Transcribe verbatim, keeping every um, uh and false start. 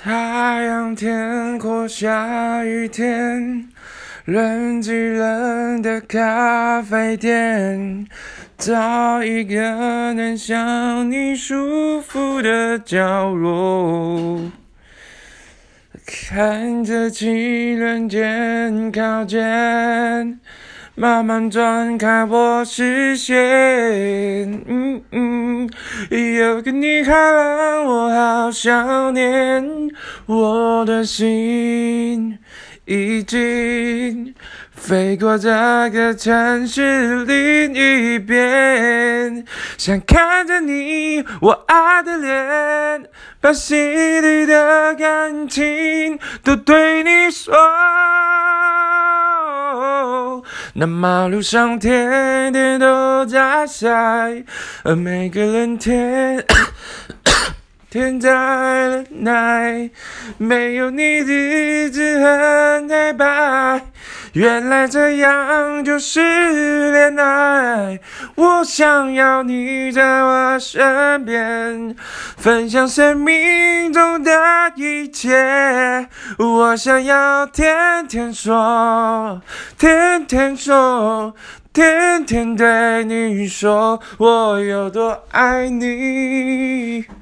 太阳天或下雨天，人挤人的咖啡店，找一个能像你舒服的角落，看着情人间靠近，慢慢转开我视线。嗯嗯，有个女孩让我好想念，我的心已经飞过这个城市另一边，想看着你我爱的脸，把心里的感情都对你说。那马路上天天都在晒，而每个人天天在忍耐，没有你日子很黑白，原来这样就是恋爱。我想要你在我身边，分享生命中的一切，我想要天天说，天天说，天天对你说我有多爱你。